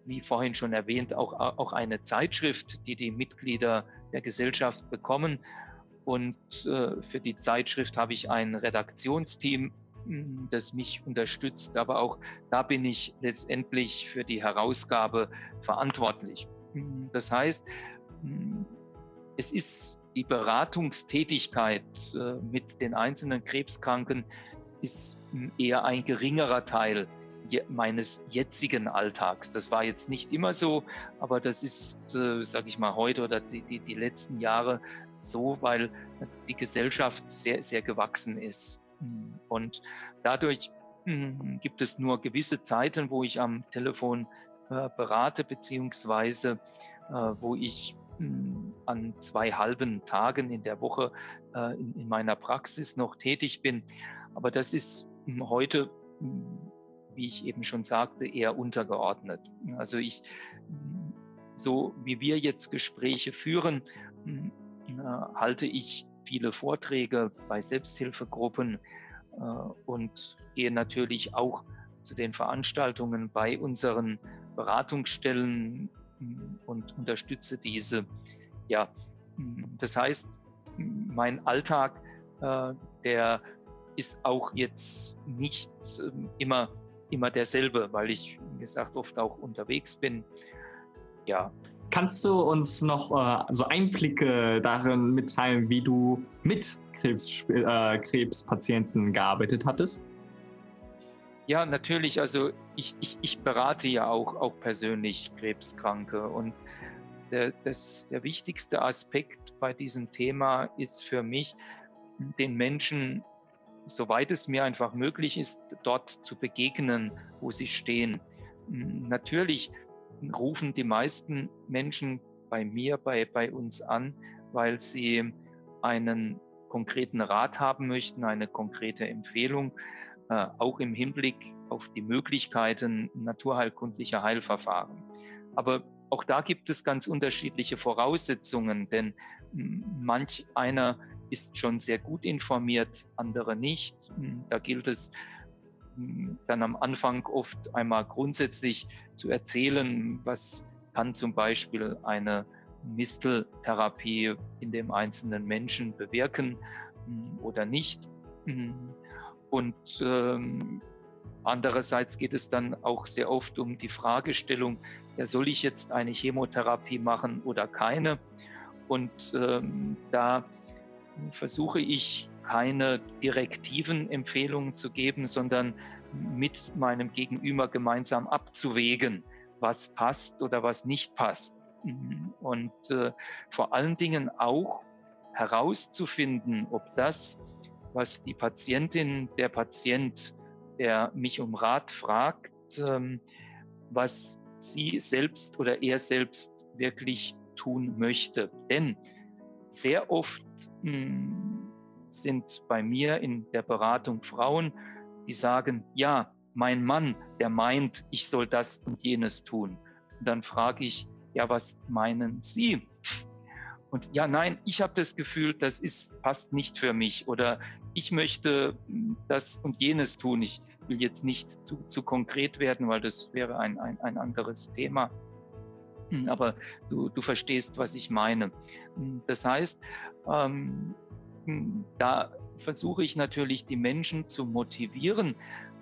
wie vorhin schon erwähnt, auch eine Zeitschrift, die die Mitglieder der Gesellschaft bekommen. Und für die Zeitschrift habe ich ein Redaktionsteam, das mich unterstützt, aber auch da bin ich letztendlich für die Herausgabe verantwortlich. Das heißt, es ist die Beratungstätigkeit mit den einzelnen Krebskranken ist eher ein geringerer Teil meines jetzigen Alltags. Das war jetzt nicht immer so, aber das ist, sage ich mal, heute oder die letzten Jahre so, weil die Gesellschaft sehr, sehr gewachsen ist. Und dadurch gibt es nur gewisse Zeiten, wo ich am Telefon berate, beziehungsweise wo ich an 2 halben Tagen in der Woche in meiner Praxis noch tätig bin. Aber das ist heute, wie ich eben schon sagte, eher untergeordnet. Also so wie wir jetzt Gespräche führen, halte ich viele Vorträge bei Selbsthilfegruppen und gehe natürlich auch zu den Veranstaltungen bei unseren Beratungsstellen und unterstütze diese. Ja, das heißt, mein Alltag, der ist auch jetzt nicht immer derselbe, weil ich, wie gesagt, oft auch unterwegs bin. Ja. Kannst du uns noch so Einblicke darin mitteilen, wie du mit Krebspatienten gearbeitet hattest? Ja, natürlich. Also ich berate ja auch persönlich Krebskranke. Und der wichtigste Aspekt bei diesem Thema ist für mich, den Menschen, soweit es mir einfach möglich ist, dort zu begegnen, wo sie stehen. Natürlich rufen die meisten Menschen bei mir, bei uns an, weil sie einen konkreten Rat haben möchten, eine konkrete Empfehlung, auch im Hinblick auf die Möglichkeiten naturheilkundlicher Heilverfahren. Aber auch da gibt es ganz unterschiedliche Voraussetzungen, denn manch einer ist schon sehr gut informiert, andere nicht. Da gilt es dann am Anfang oft einmal grundsätzlich zu erzählen, was kann zum Beispiel eine Misteltherapie in dem einzelnen Menschen bewirken oder nicht. Und andererseits geht es dann auch sehr oft um die Fragestellung, ja, soll ich jetzt eine Chemotherapie machen oder keine? Und da versuche ich keine direktiven Empfehlungen zu geben, sondern mit meinem Gegenüber gemeinsam abzuwägen, was passt oder was nicht passt. Und vor allen Dingen auch herauszufinden, ob das, was die Patientin, der Patient, der mich um Rat fragt, was sie selbst oder er selbst wirklich tun möchte. Denn sehr oft sind bei mir in der Beratung Frauen, die sagen, ja, mein Mann, der meint, ich soll das und jenes tun. Und dann frage ich, ja, was meinen Sie? Und ja, nein, ich habe das Gefühl, passt nicht für mich oder ich möchte das und jenes tun. Ich will jetzt nicht zu konkret werden, weil das wäre ein anderes Thema. Aber du verstehst, was ich meine. Das heißt, da versuche ich natürlich, die Menschen zu motivieren,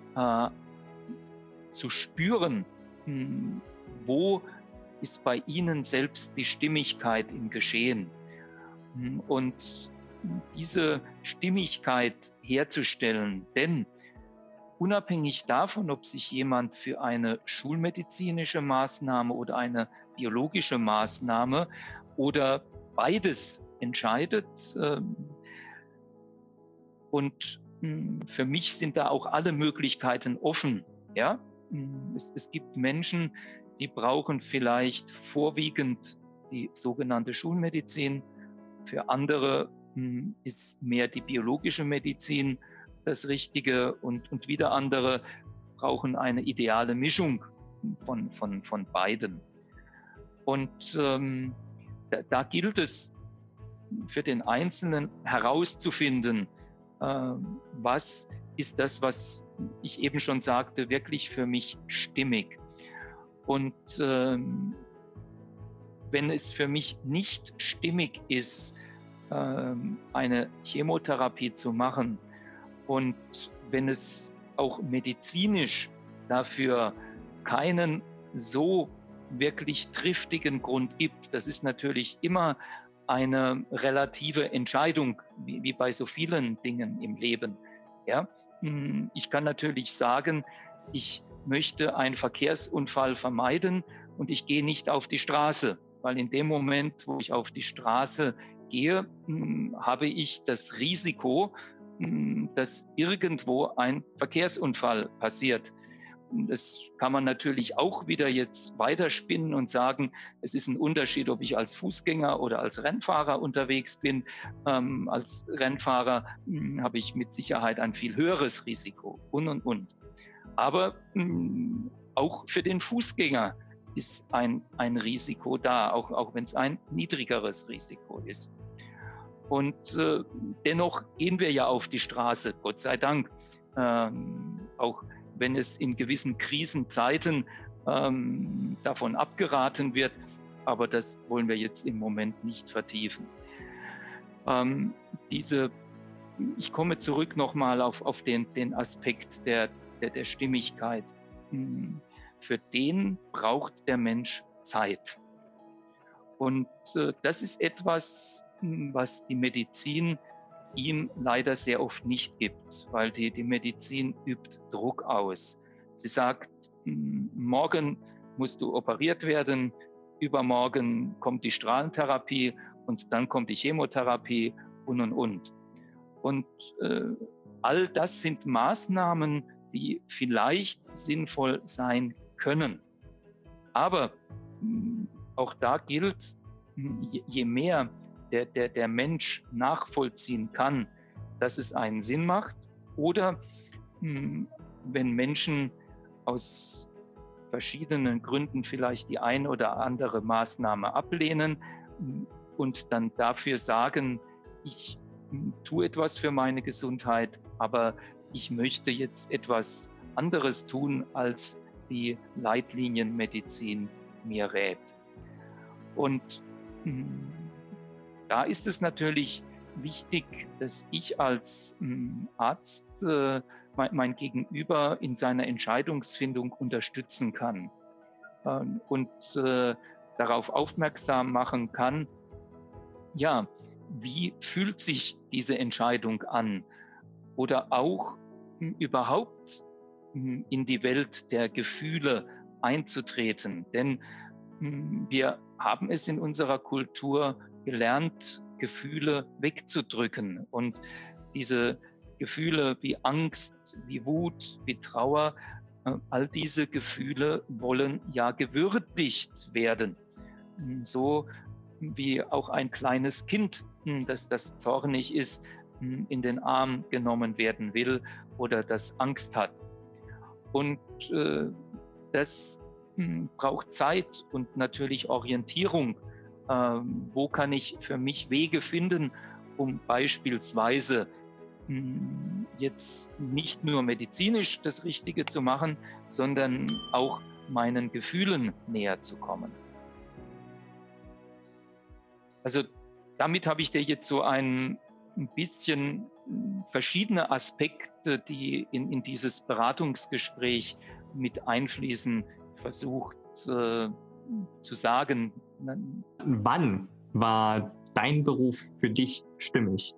zu spüren, wo ist bei ihnen selbst die Stimmigkeit im Geschehen. Und diese Stimmigkeit herzustellen, denn unabhängig davon, ob sich jemand für eine schulmedizinische Maßnahme oder eine biologische Maßnahme oder beides entscheidet, und für mich sind da auch alle Möglichkeiten offen. Ja? Es gibt Menschen, die brauchen vielleicht vorwiegend die sogenannte Schulmedizin. Für andere ist mehr die biologische Medizin das Richtige und wieder andere brauchen eine ideale Mischung von beidem. Und da gilt es für den Einzelnen herauszufinden, was ist das, was ich eben schon sagte, wirklich für mich stimmig. Und wenn es für mich nicht stimmig ist, eine Chemotherapie zu machen und wenn es auch medizinisch dafür keinen so wirklich triftigen Grund gibt, das ist natürlich immer eine relative Entscheidung, wie bei so vielen Dingen im Leben. Ja? Ich kann natürlich sagen, ich möchte einen Verkehrsunfall vermeiden und ich gehe nicht auf die Straße, weil in dem Moment, wo ich auf die Straße gehe, habe ich das Risiko, dass irgendwo ein Verkehrsunfall passiert. Das kann man natürlich auch wieder jetzt weiterspinnen und sagen, es ist ein Unterschied, ob ich als Fußgänger oder als Rennfahrer unterwegs bin. Als Rennfahrer habe ich mit Sicherheit ein viel höheres Risiko und. Aber auch für den Fußgänger ist ein Risiko da, auch wenn es ein niedrigeres Risiko ist. Und dennoch gehen wir ja auf die Straße, Gott sei Dank. Auch wenn es in gewissen Krisenzeiten davon abgeraten wird, aber das wollen wir jetzt im Moment nicht vertiefen. Ich komme zurück nochmal auf den Aspekt der Stimmigkeit. Für den braucht der Mensch Zeit. Und das ist etwas, was die Medizin ihm leider sehr oft nicht gibt, weil die Medizin übt Druck aus. Sie sagt, morgen musst du operiert werden, übermorgen kommt die Strahlentherapie und dann kommt die Chemotherapie und. Und all das sind Maßnahmen, die vielleicht sinnvoll sein können. Aber auch da gilt, je mehr der Mensch nachvollziehen kann, dass es einen Sinn macht, oder wenn Menschen aus verschiedenen Gründen vielleicht die ein oder andere Maßnahme ablehnen und dann dafür sagen, ich tue etwas für meine Gesundheit, aber ich möchte jetzt etwas anderes tun, als die Leitlinienmedizin mir rät. Und da ist es natürlich wichtig, dass ich als Arzt mein Gegenüber in seiner Entscheidungsfindung unterstützen kann und darauf aufmerksam machen kann, ja, wie fühlt sich diese Entscheidung an? Oder auch überhaupt in die Welt der Gefühle einzutreten. Denn wir haben es in unserer Kultur gelernt, Gefühle wegzudrücken. Und diese Gefühle wie Angst, wie Wut, wie Trauer, all diese Gefühle wollen ja gewürdigt werden. So wie auch ein kleines Kind, das zornig ist, in den Arm genommen werden will oder das Angst hat. Und das braucht Zeit und natürlich Orientierung. Wo kann ich für mich Wege finden, um beispielsweise jetzt nicht nur medizinisch das Richtige zu machen, sondern auch meinen Gefühlen näher zu kommen. Also damit habe ich dir jetzt so ein bisschen verschiedene Aspekte, die in dieses Beratungsgespräch mit einfließen, versucht zu sagen. Wann war dein Beruf für dich stimmig?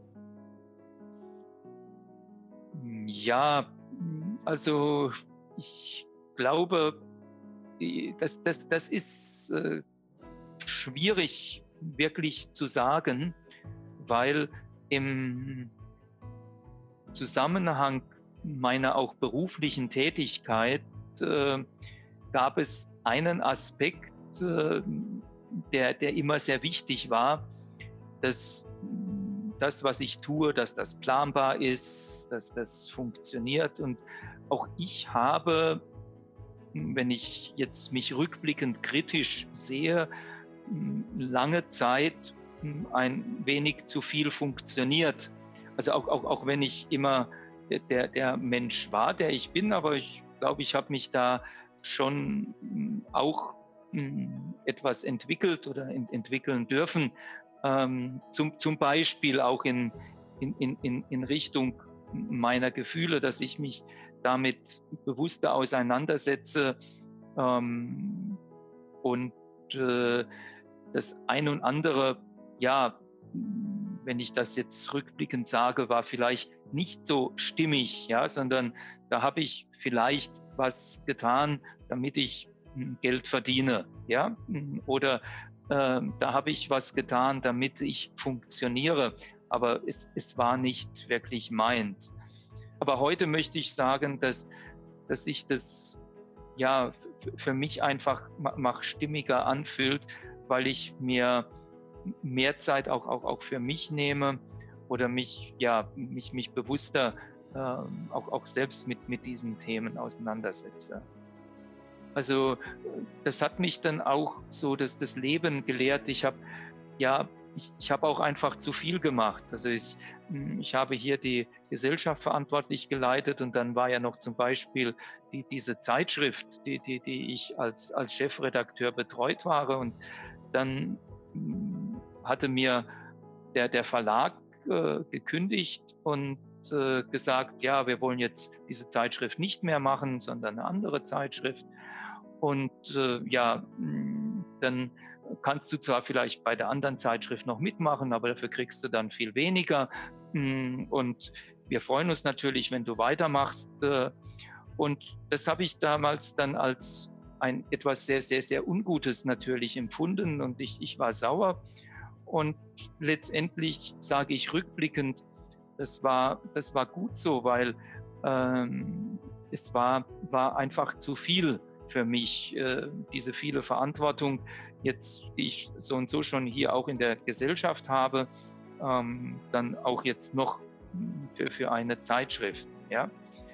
Ja, also ich glaube, das ist schwierig wirklich zu sagen, weil im Zusammenhang meiner auch beruflichen Tätigkeit gab es einen Aspekt, der immer sehr wichtig war, dass das, was ich tue, dass das planbar ist, dass das funktioniert. Und auch ich habe, wenn ich jetzt mich rückblickend kritisch sehe, lange Zeit ein wenig zu viel funktioniert. Also auch wenn ich immer der Mensch war, der ich bin, aber ich glaube, ich habe mich da schon auch etwas entwickelt oder entwickeln dürfen. Zum Beispiel auch in Richtung meiner Gefühle, dass ich mich damit bewusster auseinandersetze und das ein und andere, ja, wenn ich das jetzt rückblickend sage, war vielleicht nicht so stimmig, ja, sondern da habe ich vielleicht was getan, damit ich Geld verdiene, ja, oder da habe ich was getan, damit ich funktioniere, aber es war nicht wirklich meins. Aber heute möchte ich sagen, dass sich das ja für mich einfach stimmiger anfühlt, weil ich mir mehr Zeit auch für mich nehme oder mich bewusster auch selbst mit diesen Themen auseinandersetze. Also das hat mich dann auch so das Leben gelehrt. Ich habe auch einfach zu viel gemacht. Also ich habe hier die Gesellschaft verantwortlich geleitet und dann war ja noch zum Beispiel diese Zeitschrift, die ich als Chefredakteur betreut war. Und dann hatte mir der Verlag gekündigt und gesagt, ja, wir wollen jetzt diese Zeitschrift nicht mehr machen, sondern eine andere Zeitschrift. Und dann kannst du zwar vielleicht bei der anderen Zeitschrift noch mitmachen, aber dafür kriegst du dann viel weniger. Und wir freuen uns natürlich, wenn du weitermachst. Und das habe ich damals dann als etwas sehr, sehr, sehr Ungutes natürlich empfunden und ich war sauer. Und letztendlich sage ich rückblickend, das war gut so, weil es war einfach zu viel für mich, diese viele Verantwortung, jetzt, die ich so und so schon hier auch in der Gesellschaft habe, dann auch jetzt noch für eine Zeitschrift. Ja?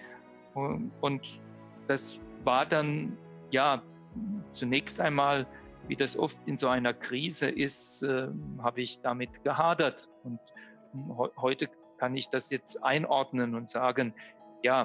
Und das war dann, ja, zunächst einmal, wie das oft in so einer Krise ist, habe ich damit gehadert. Und heute kann ich das jetzt einordnen und sagen, ja,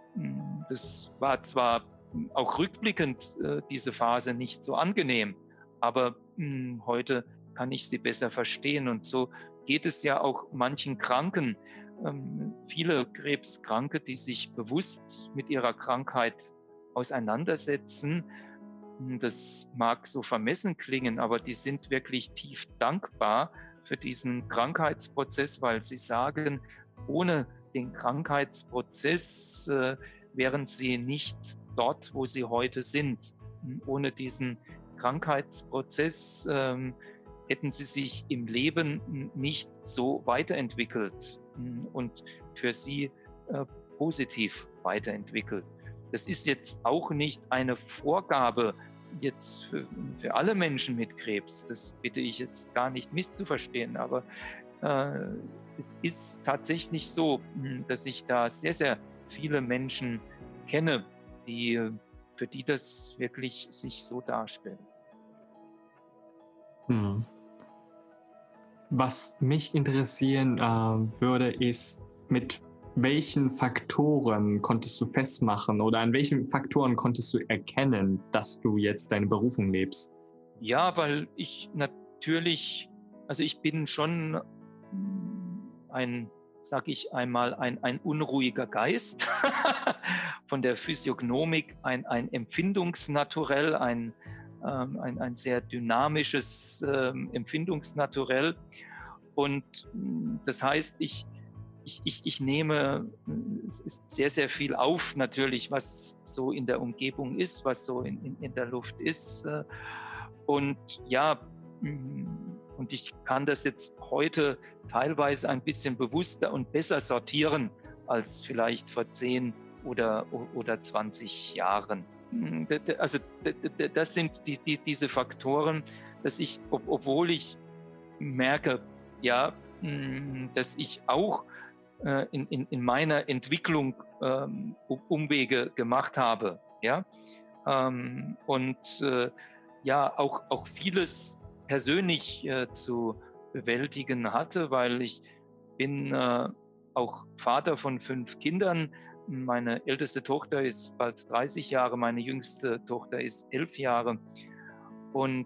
das war zwar auch rückblickend diese Phase nicht so angenehm, aber heute kann ich sie besser verstehen. Und so geht es ja auch manchen Kranken. Viele Krebskranke, die sich bewusst mit ihrer Krankheit auseinandersetzen, das mag so vermessen klingen, aber die sind wirklich tief dankbar für diesen Krankheitsprozess, weil sie sagen, ohne den Krankheitsprozess wären sie nicht dort, wo sie heute sind. Ohne diesen Krankheitsprozess hätten sie sich im Leben nicht so weiterentwickelt und für sie positiv weiterentwickelt. Das ist jetzt auch nicht eine Vorgabe jetzt für alle Menschen mit Krebs. Das bitte ich jetzt gar nicht misszuverstehen, aber es ist tatsächlich so, dass ich da sehr, sehr viele Menschen kenne, für die das wirklich sich so darstellt. Was mich interessieren würde, ist, mit welchen Faktoren konntest du festmachen oder an welchen Faktoren konntest du erkennen, dass du jetzt deine Berufung lebst? Ja, weil ich natürlich, also ich bin schon sage ich einmal, ein unruhiger Geist, von der Physiognomik ein Empfindungsnaturell, ein sehr dynamisches Empfindungsnaturell. Und das heißt, ich nehme sehr, sehr viel auf, natürlich, was so in der Umgebung ist, was so in der Luft ist. Und ja, und ich kann das jetzt heute teilweise ein bisschen bewusster und besser sortieren als vielleicht vor 10 oder 20 Jahren. Also das sind diese Faktoren, dass ich, obwohl ich merke, ja, dass ich auch in meiner Entwicklung Umwege gemacht habe, ja, und ja, auch vieles persönlich zu bewältigen hatte, weil ich bin auch Vater von 5 Kindern, Meine älteste Tochter ist bald 30 Jahre, meine jüngste Tochter ist 11 Jahre. Und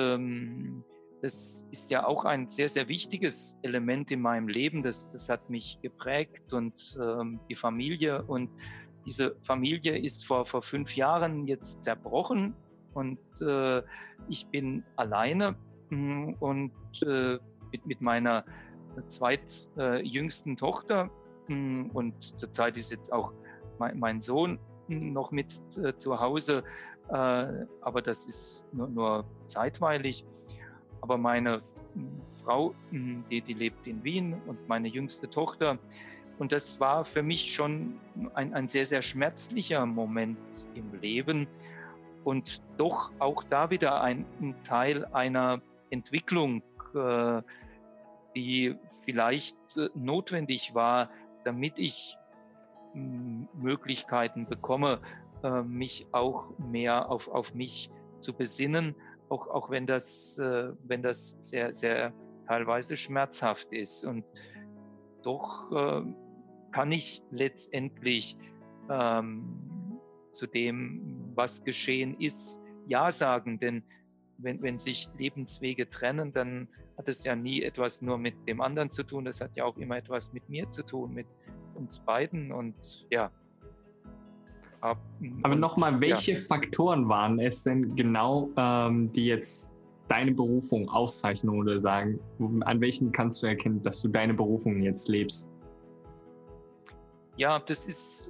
das ist ja auch ein sehr, sehr wichtiges Element in meinem Leben. Das hat mich geprägt und die Familie. Und diese Familie ist vor 5 Jahren jetzt zerbrochen und ich bin alleine und mit meiner zweitjüngsten Tochter. Und zurzeit ist jetzt auch mein Sohn noch mit zu Hause, aber das ist nur zeitweilig. Aber meine Frau, die lebt in Wien und meine jüngste Tochter. Und das war für mich schon ein sehr, sehr schmerzlicher Moment im Leben und doch auch da wieder ein Teil einer Entwicklung, die vielleicht notwendig war, damit ich Möglichkeiten bekomme, mich auch mehr auf mich zu besinnen, auch wenn das sehr, sehr teilweise schmerzhaft ist. Und doch kann ich letztendlich zu dem, was geschehen ist, Ja sagen. Denn wenn sich Lebenswege trennen, dann hat es ja nie etwas nur mit dem anderen zu tun. Das hat ja auch immer etwas mit mir zu tun, mit uns beiden. Und ja. Aber nochmal, welche Faktoren waren es denn genau, die jetzt deine Berufung auszeichnen oder sagen, an welchen kannst du erkennen, dass du deine Berufung jetzt lebst? Ja, das ist,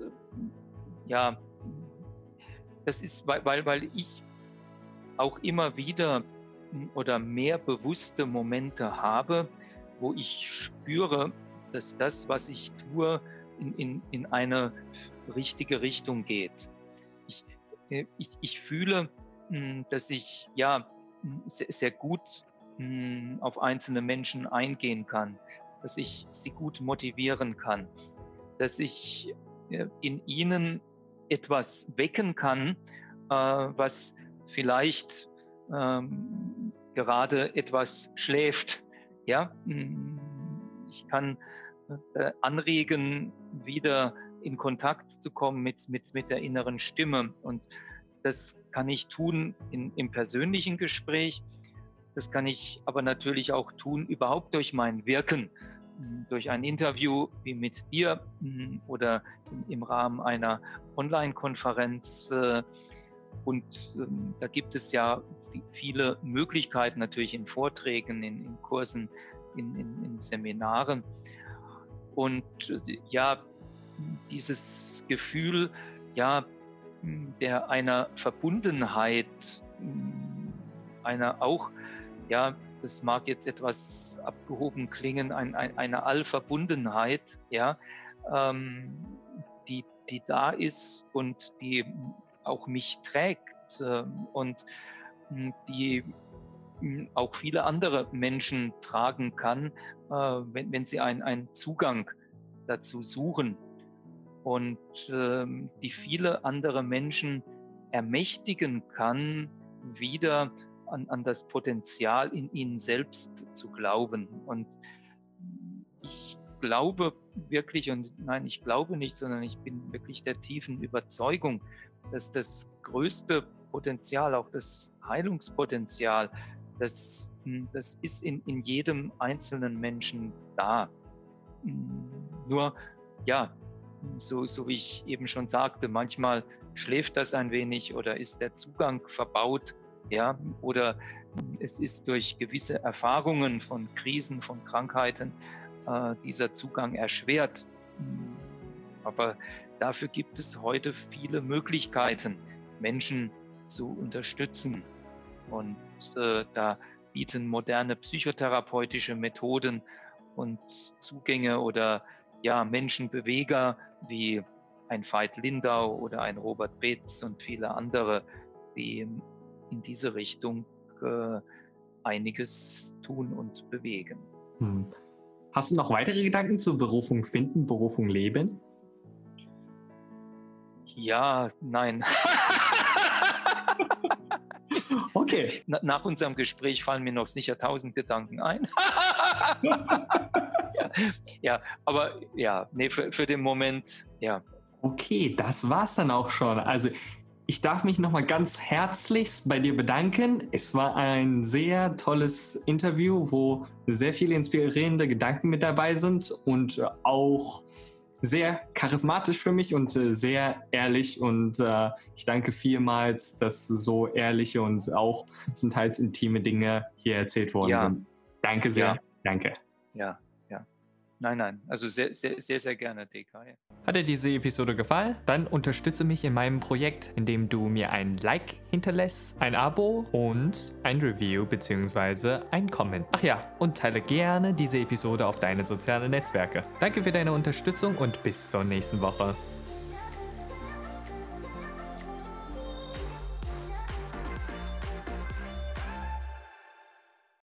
weil ich auch immer wieder oder mehr bewusste Momente habe, wo ich spüre, dass das, was ich tue, in eine richtige Richtung geht. Ich fühle, dass ich sehr, sehr gut auf einzelne Menschen eingehen kann, dass ich sie gut motivieren kann, dass ich in ihnen etwas wecken kann, was vielleicht gerade etwas schläft. Ja, ich kann anregen, wieder in Kontakt zu kommen mit der inneren Stimme. Und das kann ich tun im persönlichen Gespräch. Das kann ich aber natürlich auch tun, überhaupt durch mein Wirken, durch ein Interview wie mit dir oder im Rahmen einer Online-Konferenz. Und da gibt es ja viele Möglichkeiten, natürlich in Vorträgen, in Kursen, in Seminaren. Und ja, dieses Gefühl, einer Verbundenheit, einer auch, das mag jetzt etwas abgehoben klingen, eine Allverbundenheit, die da ist und die auch mich trägt und die auch viele andere Menschen tragen kann, wenn sie einen Zugang dazu suchen und die viele andere Menschen ermächtigen kann, wieder an das Potenzial in ihnen selbst zu glauben. Und ich glaube wirklich, und nein, ich glaube nicht, sondern ich bin wirklich der tiefen Überzeugung, dass das größte Potenzial, auch das Heilungspotenzial, das ist in jedem einzelnen Menschen da. Nur, so wie ich eben schon sagte, manchmal schläft das ein wenig oder ist der Zugang verbaut, oder es ist durch gewisse Erfahrungen von Krisen, von Krankheiten dieser Zugang erschwert. Aber dafür gibt es heute viele Möglichkeiten, Menschen zu unterstützen. Und da bieten moderne psychotherapeutische Methoden und Zugänge oder Menschenbeweger wie ein Veit Lindau oder ein Robert Beetz und viele andere, die in diese Richtung einiges tun und bewegen. Hast du noch weitere Gedanken zur Berufung finden, Berufung leben? Ja, nein. Okay. Nach unserem Gespräch fallen mir noch sicher 1000 Gedanken ein. Aber nee, für den Moment, Okay, das war's dann auch schon. Also ich darf mich nochmal ganz herzlichst bei dir bedanken. Es war ein sehr tolles Interview, wo sehr viele inspirierende Gedanken mit dabei sind und auch sehr charismatisch für mich und sehr ehrlich. Und ich danke vielmals, dass so ehrliche und auch zum Teil intime Dinge hier erzählt worden sind. Danke sehr. Ja. Danke. Ja. Nein. Also sehr, sehr, sehr, sehr gerne, DK. Hat dir diese Episode gefallen? Dann unterstütze mich in meinem Projekt, indem du mir ein Like hinterlässt, ein Abo und ein Review bzw. ein Comment. Ach ja, und teile gerne diese Episode auf deine sozialen Netzwerke. Danke für deine Unterstützung und bis zur nächsten Woche.